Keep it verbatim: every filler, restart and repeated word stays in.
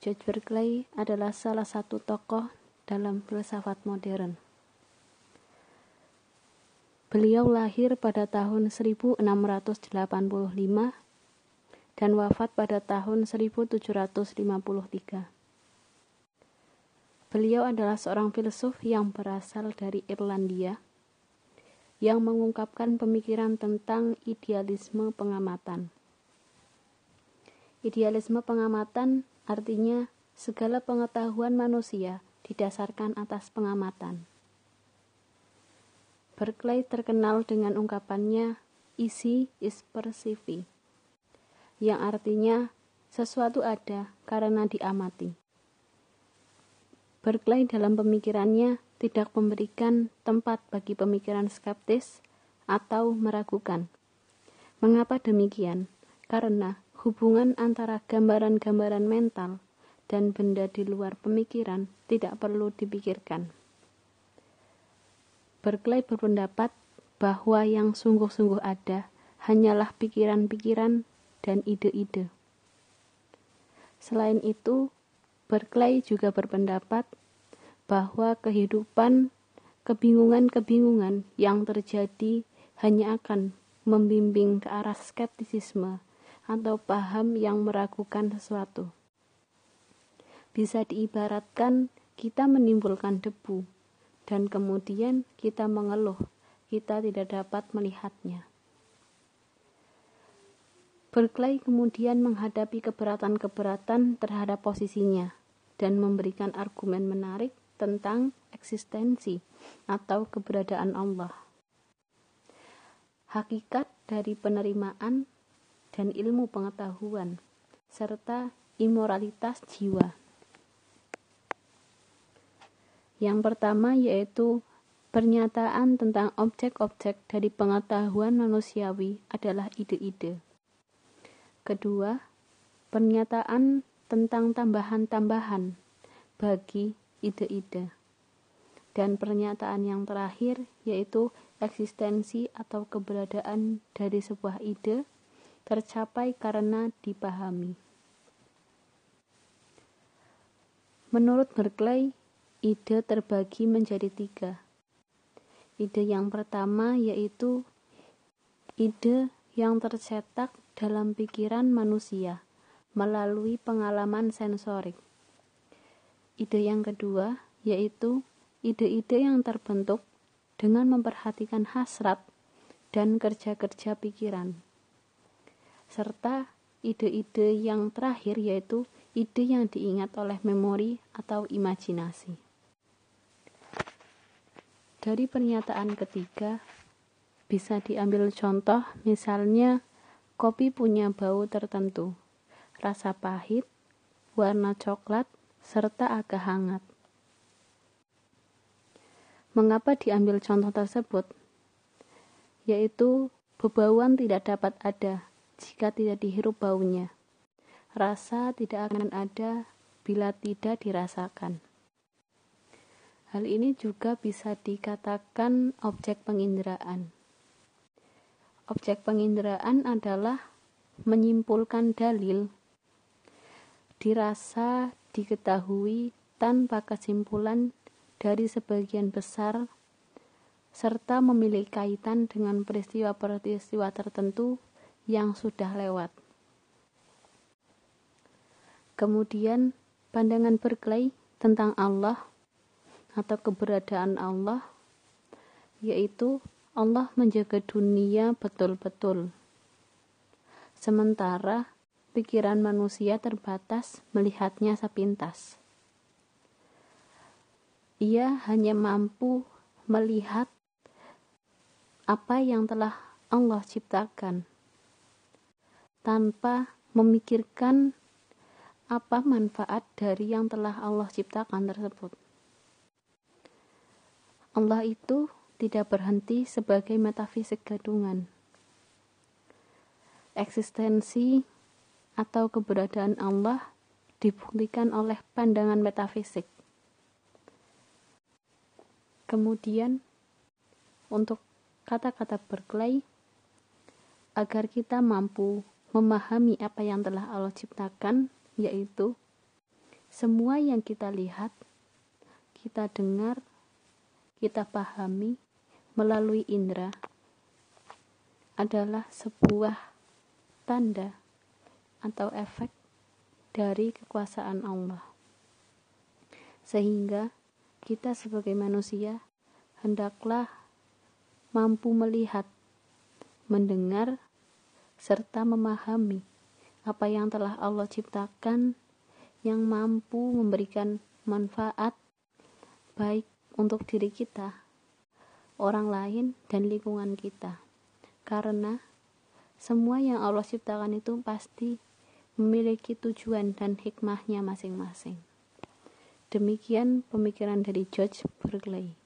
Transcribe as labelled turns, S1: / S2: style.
S1: George Berkeley adalah salah satu tokoh dalam filsafat modern. Beliau lahir pada tahun seribu enam ratus delapan puluh lima dan wafat pada tahun seribu tujuh ratus lima puluh tiga. Beliau adalah seorang filsuf yang berasal dari Irlandia yang mengungkapkan pemikiran tentang idealisme pengamatan. Idealisme pengamatan artinya segala pengetahuan manusia didasarkan atas pengamatan. Berkeley terkenal dengan ungkapannya "easy is perceive", yang artinya sesuatu ada karena diamati. Berkeley dalam pemikirannya tidak memberikan tempat bagi pemikiran skeptis atau meragukan. Mengapa demikian? Karena hubungan antara gambaran-gambaran mental dan benda di luar pemikiran tidak perlu dipikirkan. Berkeley berpendapat bahwa yang sungguh-sungguh ada hanyalah pikiran-pikiran dan ide-ide. Selain itu, Berkeley juga berpendapat bahwa kehidupan, kebingungan-kebingungan yang terjadi hanya akan membimbing ke arah skeptisisme atau paham yang meragukan sesuatu. Bisa diibaratkan kita menimbulkan debu, dan kemudian kita mengeluh, kita tidak dapat melihatnya. Berkeley kemudian menghadapi keberatan-keberatan terhadap posisinya dan memberikan argumen menarik tentang eksistensi atau keberadaan Allah, hakikat dari penerimaan dan ilmu pengetahuan, serta imoralitas jiwa. Yang pertama yaitu pernyataan tentang objek-objek dari pengetahuan manusiawi adalah ide-ide. Kedua, pernyataan tentang tambahan-tambahan bagi ide-ide. Dan pernyataan yang terakhir yaitu eksistensi atau keberadaan dari sebuah ide tercapai karena dipahami. Menurut Berkeley, ide terbagi menjadi tiga. Ide yang pertama yaitu ide yang tercetak dalam pikiran manusia melalui pengalaman sensorik. Ide yang kedua yaitu ide-ide yang terbentuk dengan memperhatikan hasrat dan kerja-kerja pikiran. Serta ide-ide yang terakhir yaitu ide yang diingat oleh memori atau imajinasi. Dari pernyataan ketiga, bisa diambil contoh misalnya kopi punya bau tertentu, rasa pahit, warna coklat, serta agak hangat. Mengapa diambil contoh tersebut? Yaitu bebauan tidak dapat ada jika tidak dihirup baunya. Rasa tidak akan ada bila tidak dirasakan. Hal ini juga bisa dikatakan objek penginderaan. Objek penginderaan adalah menyimpulkan dalil, dirasa, diketahui tanpa kesimpulan dari sebagian besar, serta memiliki kaitan dengan peristiwa-peristiwa tertentu yang sudah lewat. Kemudian, pandangan Berkeley tentang Allah atau keberadaan Allah, yaitu Allah menjaga dunia betul-betul. Sementara pikiran manusia terbatas melihatnya sepintas. Ia hanya mampu melihat apa yang telah Allah ciptakan, tanpa memikirkan apa manfaat dari yang telah Allah ciptakan tersebut. Allah itu tidak berhenti sebagai metafisik gadungan. Eksistensi atau keberadaan Allah dibuktikan oleh pandangan metafisik. Kemudian, untuk kata-kata Berkeley, agar kita mampu memahami apa yang telah Allah ciptakan, yaitu semua yang kita lihat, kita dengar, kita pahami melalui indera adalah sebuah tanda atau efek dari kekuasaan Allah. Sehingga kita sebagai manusia hendaklah mampu melihat, mendengar, serta memahami apa yang telah Allah ciptakan yang mampu memberikan manfaat baik untuk diri kita, orang lain, dan lingkungan kita. Karena semua yang Allah ciptakan itu pasti memiliki tujuan dan hikmahnya masing-masing. Demikian pemikiran dari George Berkeley.